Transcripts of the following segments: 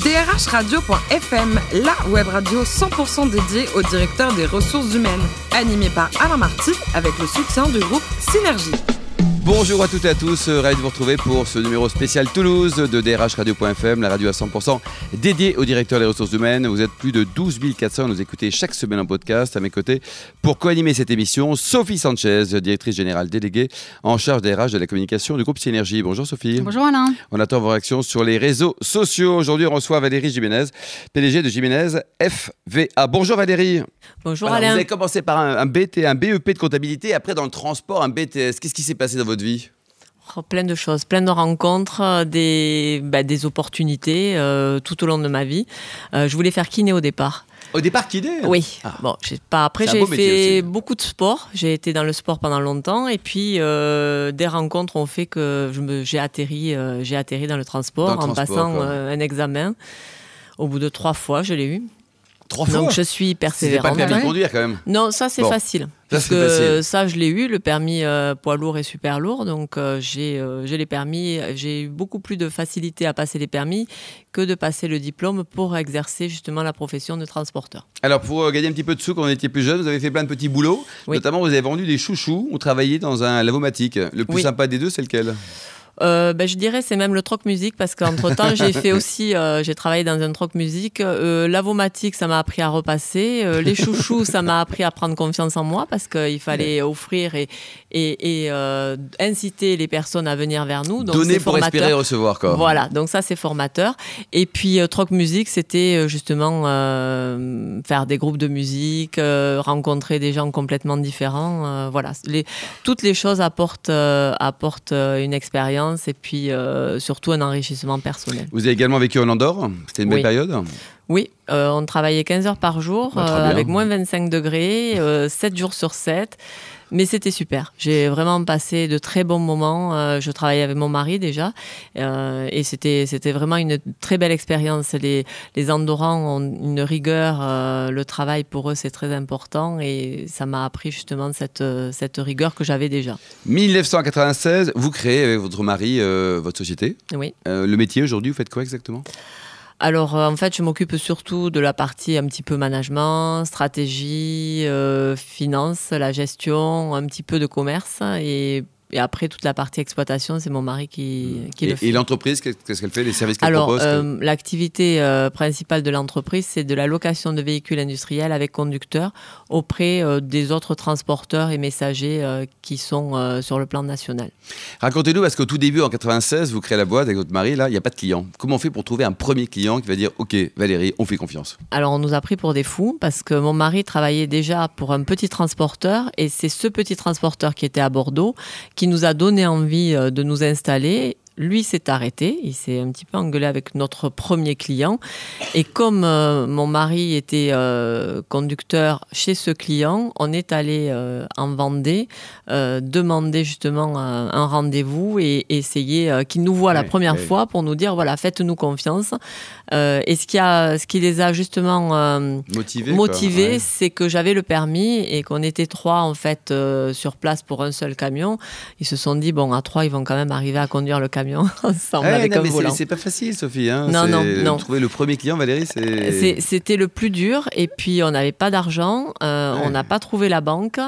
drhradio.fm, la web radio 100% dédiée au directeur des ressources humaines, animée par Alain Marty avec le soutien du groupe Synergie. Bonjour à toutes et à tous, ravi de vous retrouver pour ce numéro spécial Toulouse de drhradio.fm, la radio à 100% dédiée au directeur des ressources humaines. Vous êtes plus de 12 400 à nous écouter chaque semaine en podcast. À mes côtés, pour co-animer cette émission, Sophie Sanchez, directrice générale déléguée en charge des RH de la communication du groupe Synergie. Bonjour Sophie. Bonjour Alain. On attend vos réactions sur les réseaux sociaux. Aujourd'hui, on reçoit Valérie Jiménez, PDG de Jiménez FVA. Bonjour Valérie. Bonjour Alors, Alain. vous avez commencé par un BEP de comptabilité, après dans le transport, un BTS. Qu'est-ce qui s'est passé dans votre vie ? Plein de choses, plein de rencontres, des opportunités tout au long de ma vie. Je voulais faire kiné au départ. Au départ, kiné ? Oui. Ah. Après, C'est un j'ai beau métier fait aussi. beaucoup de sport. J'ai été dans le sport pendant longtemps. Et puis, des rencontres ont fait que j'ai atterri dans le transport Dans le en transport, passant quoi. un examen. Au bout de 3 fois, je l'ai eu. 3 fois ? Donc, je suis C'était pas persévérante. le permis de conduire quand même. Non, ça c'est Bon. facile. Ça, Parce c'est que facile. ça, je l'ai eu, le permis poids lourd et super lourd. Donc, j'ai les permis. J'ai eu beaucoup plus de facilité à passer les permis que de passer le diplôme pour exercer justement la profession de transporteur. Alors pour gagner un petit peu de sous quand on était plus jeune, vous avez fait plein de petits boulots. Oui. Notamment, vous avez vendu des chouchous. Vous travaillez dans un lavomatique. Le plus Oui. sympa des deux, c'est lequel ? Je dirais c'est même le troc musique parce qu'entre-temps j'ai fait aussi j'ai travaillé dans un troc musique. Lavomatique, ça m'a appris à repasser. Les chouchous, ça m'a appris à prendre confiance en moi parce qu'il fallait offrir et inciter les personnes à venir vers nous. Donc, Donner c'est pour formateur. espérer recevoir, quoi. Voilà, donc ça c'est formateur. Et puis troc musique, c'était justement faire des groupes de musique, rencontrer des gens complètement différents. Voilà, toutes les choses apportent une expérience et puis surtout un enrichissement personnel. Vous avez également vécu en Andorre. C'était une belle Oui. période. Oui, on travaillait 15 heures par jour Très bien. avec moins 25 degrés, 7 jours sur 7. Mais c'était super. J'ai vraiment passé de très bons moments. Je travaillais avec mon mari déjà. Et c'était vraiment une très belle expérience. Les Andorrans ont une rigueur. Le travail pour eux, c'est très important. Et ça m'a appris justement cette rigueur que j'avais déjà. 1996, vous créez avec votre mari votre société. Oui. Le métier aujourd'hui, vous faites quoi exactement ? Alors, en fait, je m'occupe surtout de la partie un petit peu management, stratégie, finance, la gestion, un petit peu de commerce. Et après, toute la partie exploitation, c'est mon mari qui le fait. Et l'entreprise, qu'est-ce qu'elle fait ? Les services qu'elle Alors, propose l'activité principale de l'entreprise, c'est de la location de véhicules industriels avec conducteurs auprès des autres transporteurs et messagers qui sont sur le plan national. Racontez-nous, parce qu'au tout début, en 96, vous créez la boîte avec votre mari, là, il n'y a pas de client. Comment on fait pour trouver un premier client qui va dire « Ok, Valérie, on fait confiance ». Alors, on nous a pris pour des fous parce que mon mari travaillait déjà pour un petit transporteur et c'est ce petit transporteur qui était à Bordeaux qui nous a donné envie de nous installer. Lui s'est arrêté, il s'est un petit peu engueulé avec notre premier client. Et comme mon mari était conducteur chez ce client, on est allé en Vendée demander justement un rendez-vous et essayer qu'il nous voie la première fois pour nous dire voilà, faites-nous confiance. Et ce qui les a justement motivés, c'est que j'avais le permis et qu'on était 3 en fait sur place pour un seul camion. Ils se sont dit bon, à 3 ils vont quand même arriver à conduire le camion ensemble avec un volant. C'est pas facile, Sophie. Hein. Non. Trouver le premier client, Valérie, c'était le plus dur. Et puis, on n'avait pas d'argent. On n'a pas trouvé la banque.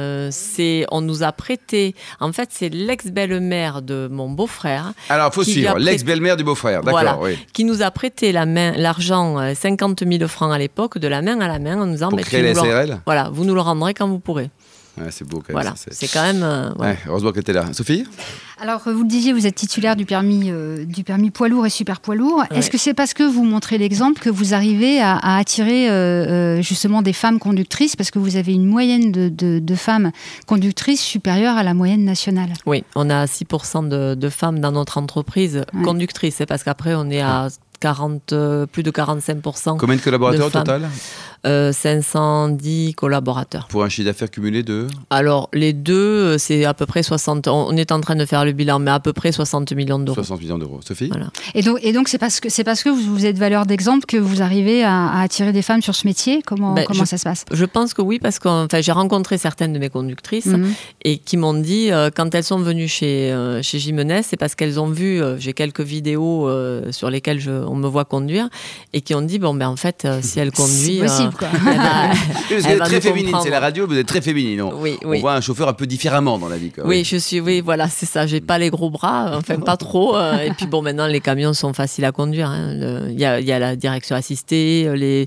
On nous a prêté... En fait, c'est l'ex-belle-mère de mon beau-frère. Alors, il faut suivre. L'ex-belle-mère du beau-frère. D'accord, voilà, oui. Qui nous a prêté l'argent, 50 000 francs à l'époque, de la main à la main, en nous disant... Pour créer la SARL ? Voilà, vous nous le rendrez quand vous pourrez. Ouais, c'est beau quand même. Voilà, ça, c'est quand même... Ouais, heureusement que tu es là. Sophie ? Alors, vous le disiez, vous êtes titulaire du permis poids lourd et super poids lourd. Ouais. Est-ce que c'est parce que vous montrez l'exemple que vous arrivez à attirer justement des femmes conductrices, parce que vous avez une moyenne de femmes conductrices supérieure à la moyenne nationale ? Oui, on a 6% de femmes dans notre entreprise conductrices, parce qu'après on est à plus de 45%. Combien de collaborateurs au total ? 510 collaborateurs. Pour un chiffre d'affaires cumulé de ? Alors, les deux, c'est à peu près 60... On est en train de faire le bilan, mais à peu près 60 millions d'euros. 60 millions d'euros. Sophie ? Voilà. Et donc c'est parce que vous êtes valeur d'exemple que vous arrivez à attirer des femmes sur ce métier ? Comment ça se passe ? Je pense que oui, parce que j'ai rencontré certaines de mes conductrices et qui m'ont dit, quand elles sont venues chez Jimenez, c'est parce qu'elles ont vu, j'ai quelques vidéos sur lesquelles on me voit conduire, et qui ont dit, en fait, si elle conduit... C'est possible, quoi. Vous êtes très féminine, c'est la radio, vous êtes très féminine. Oui. On voit un chauffeur un peu différemment dans la vie. Quoi. Oui, voilà, c'est ça. J'ai pas les gros bras, enfin pas trop. Et puis maintenant, les camions sont faciles à conduire. Il y a la direction assistée,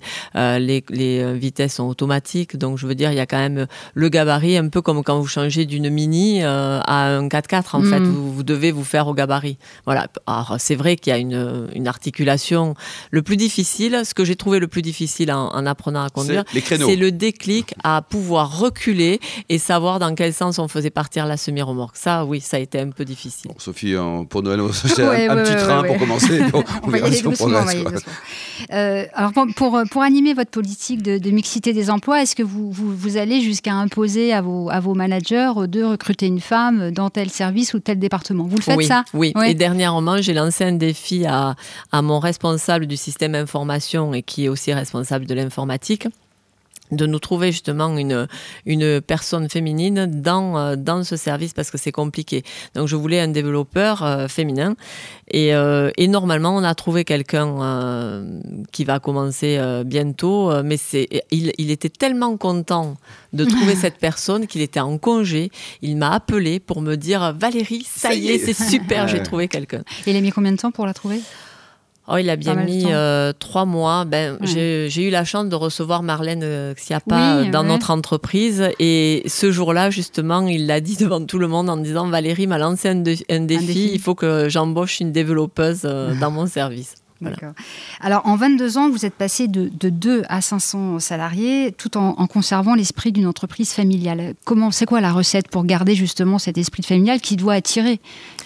les vitesses sont automatiques. Donc, je veux dire, il y a quand même le gabarit, un peu comme quand vous changez d'une Mini à un 4x4. En fait, vous devez vous faire au gabarit. Voilà. Alors, c'est vrai qu'il y a une articulation. Le plus difficile, ce que j'ai trouvé le plus difficile en apprenant à conduire, c'est le déclic à pouvoir reculer et savoir dans quel sens on faisait partir la semi-remorque. Ça, oui, ça a été un peu difficile. Bon, Sophie, pour Noël, on va chercher un petit train pour commencer. On va y aller doucement. Alors, pour animer votre politique de mixité des emplois, est-ce que vous allez jusqu'à imposer à vos managers de recruter une femme dans tel service ou tel département ? Vous le faites, ça ? Oui. Et dernièrement, j'ai lancé un défi à mon responsable du système information et qui est aussi responsable de l'informatique, de nous trouver justement une personne féminine dans ce service, parce que c'est compliqué. Donc je voulais un développeur féminin et normalement on a trouvé quelqu'un qui va commencer bientôt, mais il était tellement content de trouver cette personne qu'il était en congé. Il m'a appelé pour me dire « Valérie, ça y est, c'est super, j'ai trouvé quelqu'un ». Il a mis combien de temps pour la trouver ? Oh, il a bien mis 3 mois. J'ai eu la chance de recevoir Marlène Schiappa dans notre entreprise. Et ce jour-là, justement, il l'a dit devant tout le monde en disant « Valérie m'a lancé un défi. Il faut que j'embauche une développeuse dans mon service. » Voilà. D'accord. Alors, en 22 ans, vous êtes passé de 2 à 500 salariés, tout en conservant l'esprit d'une entreprise familiale. C'est quoi la recette pour garder justement cet esprit familial qui doit attirer ?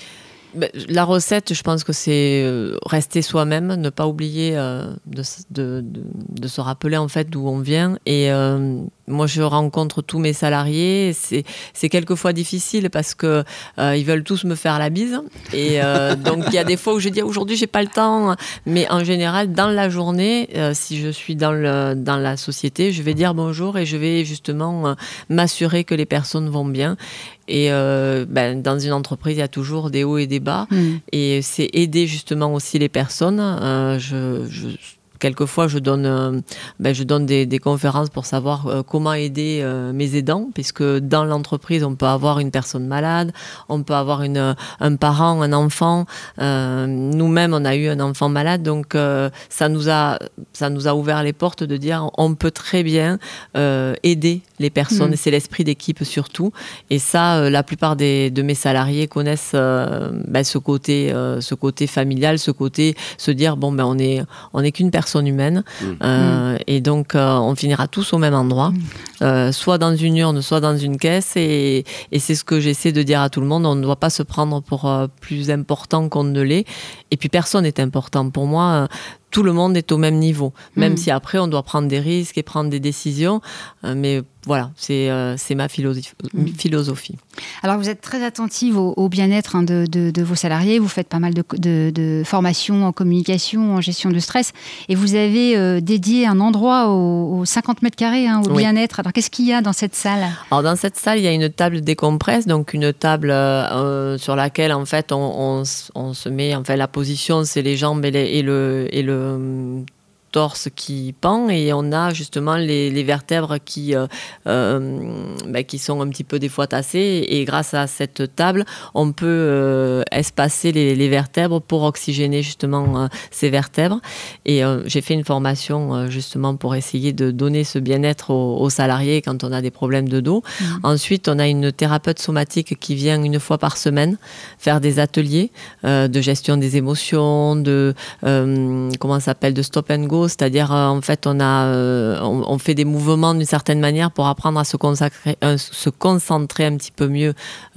La recette, je pense que c'est rester soi-même, ne pas oublier de se rappeler en fait d'où on vient. Et moi, je rencontre tous mes salariés. C'est quelquefois difficile parce que ils veulent tous me faire la bise. Et donc, il y a des fois où je dis aujourd'hui, j'ai pas le temps. Mais en général, dans la journée, si je suis dans la société, je vais dire bonjour et je vais justement m'assurer que les personnes vont bien. Et dans une entreprise, il y a toujours des hauts et des bas. Et c'est aider justement aussi les personnes. Quelquefois, je donne des conférences pour savoir comment aider mes aidants, puisque dans l'entreprise, on peut avoir une personne malade, on peut avoir un parent, un enfant. Nous-mêmes, on a eu un enfant malade, donc ça nous a ouvert les portes de dire on peut très bien aider les personnes. C'est l'esprit d'équipe surtout. Et ça, la plupart de mes salariés connaissent ce côté familial, ce côté se dire on est qu'une personne humaine et donc on finira tous au même endroit, soit dans une urne, soit dans une caisse, et c'est ce que j'essaie de dire à tout le monde. On ne doit pas se prendre pour plus important qu'on ne l'est, et puis personne n'est important. Pour moi, tout le monde est au même niveau, même si après on doit prendre des risques et prendre des décisions, mais voilà, c'est ma philosophie. Alors vous êtes très attentive au bien-être de vos salariés, vous faites pas mal de formations en communication, en gestion de stress, et vous avez dédié un endroit aux 50 mètres carrés au bien-être. Alors qu'est-ce qu'il y a dans cette salle ? Alors dans cette salle, il y a une table décompresse, donc une table sur laquelle en fait on se met, enfin la position c'est les jambes et le torse qui pend, et on a justement les vertèbres qui sont un petit peu des fois tassées, et grâce à cette table on peut espacer les vertèbres pour oxygéner justement ces vertèbres. Et j'ai fait une formation justement pour essayer de donner ce bien-être aux salariés quand on a des problèmes de dos. Ensuite, on a une thérapeute somatique qui vient 1 fois par semaine faire des ateliers de gestion des émotions, de de stop and go, ergo, c'est-à-dire en fait on fait des mouvements d'une certaine manière pour apprendre à se concentrer un petit peu mieux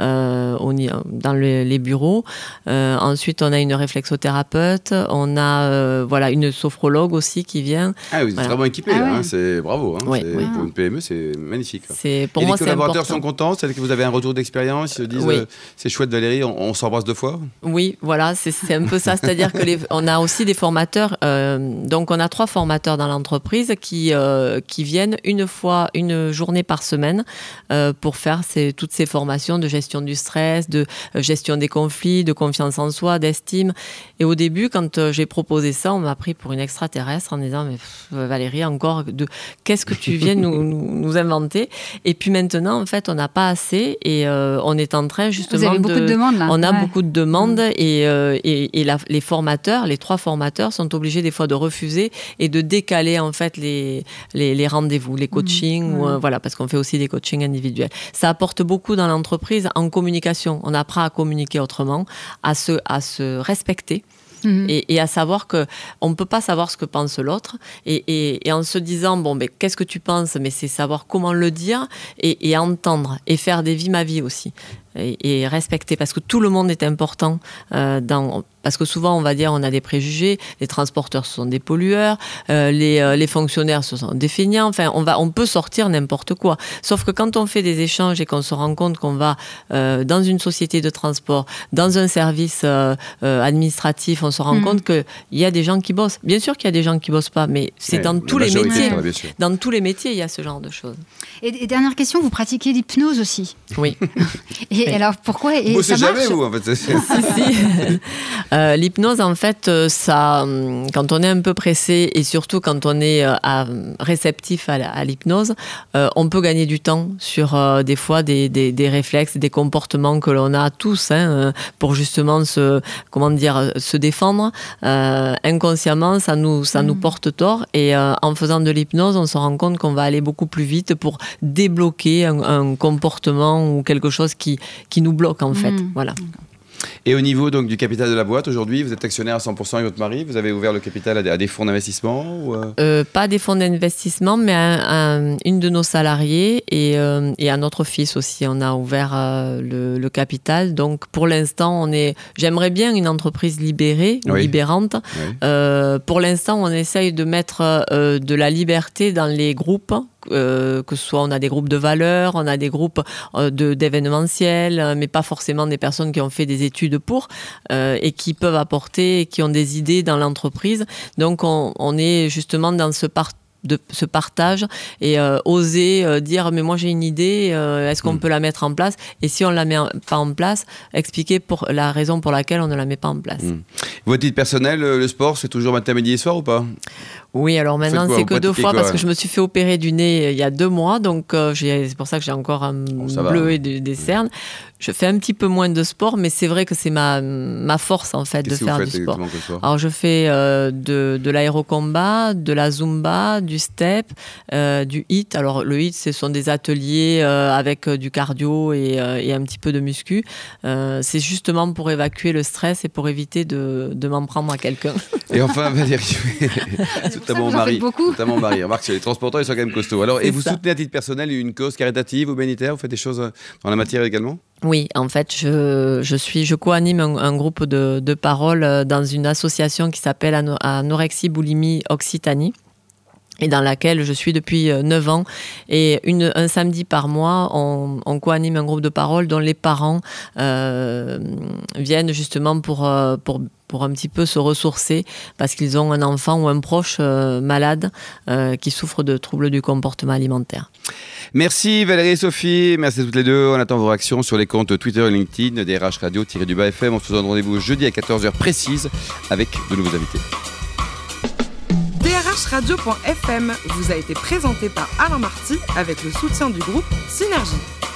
dans les bureaux. Ensuite, on a une réflexothérapeute, on a une sophrologue aussi qui vient. Ah, vous êtes vraiment équipés, là, hein, c'est bravo. Hein, oui. Pour une PME, c'est magnifique. Pour moi, les collaborateurs sont contents, c'est-à-dire que vous avez un retour d'expérience, ils se disent c'est chouette Valérie, on s'embrasse 2 fois. Oui, voilà, c'est un peu ça, c'est-à-dire que on a aussi des formateurs, donc on a 3 formateurs dans l'entreprise qui viennent une journée par semaine pour faire toutes ces formations de gestion du stress, de gestion des conflits, de confiance en soi, d'estime. Et au début, quand j'ai proposé ça, on m'a pris pour une extraterrestre en disant mais Valérie, encore qu'est-ce que tu viens nous inventer? Et puis maintenant, en fait, on n'a pas assez et on est en train justement Vous avez beaucoup de demandes là. On a beaucoup de demandes et les formateurs, les 3 formateurs sont obligés des fois de refuser et de décaler en fait les rendez-vous, les coachings, parce qu'on fait aussi des coachings individuels. Ça apporte beaucoup dans l'entreprise en communication. On apprend à communiquer autrement, à se respecter. Et à savoir qu'on ne peut pas savoir ce que pense l'autre et en se disant qu'est-ce que tu penses, mais c'est savoir comment le dire et entendre et faire des vies ma vie aussi et respecter, parce que tout le monde est important parce que souvent on va dire on a des préjugés, les transporteurs ce sont des pollueurs, les fonctionnaires ce sont des feignants, enfin on peut sortir n'importe quoi, sauf que quand on fait des échanges et qu'on se rend compte qu'on va dans une société de transport, dans un service administratif, on se rend compte qu'il y a des gens qui bossent. Bien sûr qu'il y a des gens qui bossent pas, mais c'est dans tous les métiers. Dans tous les métiers, il y a ce genre de choses. Et dernière question, vous pratiquez l'hypnose aussi? Oui. Et alors pourquoi? Et vous ça ne marche jamais vous en fait. Si. L'hypnose en fait, ça, quand on est un peu pressé et surtout quand on est réceptif à l'hypnose, on peut gagner du temps sur des fois des réflexes, des comportements que l'on a tous pour justement se défendre. Inconsciemment, ça nous porte tort et en faisant de l'hypnose, on se rend compte qu'on va aller beaucoup plus vite pour débloquer un comportement ou quelque chose qui nous bloque en fait. Voilà. Et au niveau donc du capital de la boîte, aujourd'hui, vous êtes actionnaire à 100% avec votre mari. Vous avez ouvert le capital à des fonds d'investissement ou pas des fonds d'investissement, mais une de nos salariés et à notre fils aussi. On a ouvert le capital. Donc pour l'instant, j'aimerais bien une entreprise libérée ou libérante. Oui. Pour l'instant, on essaye de mettre de la liberté dans les groupes. Que ce soit on a des groupes de valeurs, on a des groupes d'événementiel, mais pas forcément des personnes qui ont fait des études et qui peuvent apporter, qui ont des idées dans l'entreprise. Donc on est justement dans ce partage et oser dire mais moi j'ai une idée, est-ce qu'on peut la mettre en place, et si on la met pas en place, expliquer pour la raison pour laquelle on ne la met pas en place. Votre titre personnel, le sport, c'est toujours matin, midi et soir ou pas? Oui, alors maintenant c'est que 2 fois parce que je me suis fait opérer du nez il y a 2 mois, donc c'est pour ça que j'ai encore un bleu et des cernes. Je fais un petit peu moins de sport, mais c'est vrai que c'est ma force en fait de faire du sport. Alors je fais de l'aérocombat, de la zumba, du step, du HIIT. Alors le HIIT, ce sont des ateliers avec du cardio et un petit peu de muscu. C'est justement pour évacuer le stress et pour éviter de m'en prendre à quelqu'un. Et enfin Valérie, notamment Marie. Remarque, les transporteurs, ils sont quand même costauds. Alors, et vous soutenez à titre personnel une cause caritative ou humanitaire? Vous faites des choses dans la matière également? Oui, en fait, je co-anime un groupe de parole dans une association qui s'appelle Anorexie Boulimie Occitanie, et dans laquelle je suis depuis 9 ans. Et un samedi par mois, on co-anime un groupe de parole dont les parents viennent justement pour un petit peu se ressourcer parce qu'ils ont un enfant ou un proche malade qui souffre de troubles du comportement alimentaire. Merci Valérie et Sophie, merci à toutes les deux. On attend vos réactions sur les comptes Twitter et LinkedIn, DRH Radio-du-bas FM. On se donne rendez-vous jeudi à 14h précise avec de nouveaux invités. DRHradio.fm vous a été présenté par Alain Marty avec le soutien du groupe Synergie.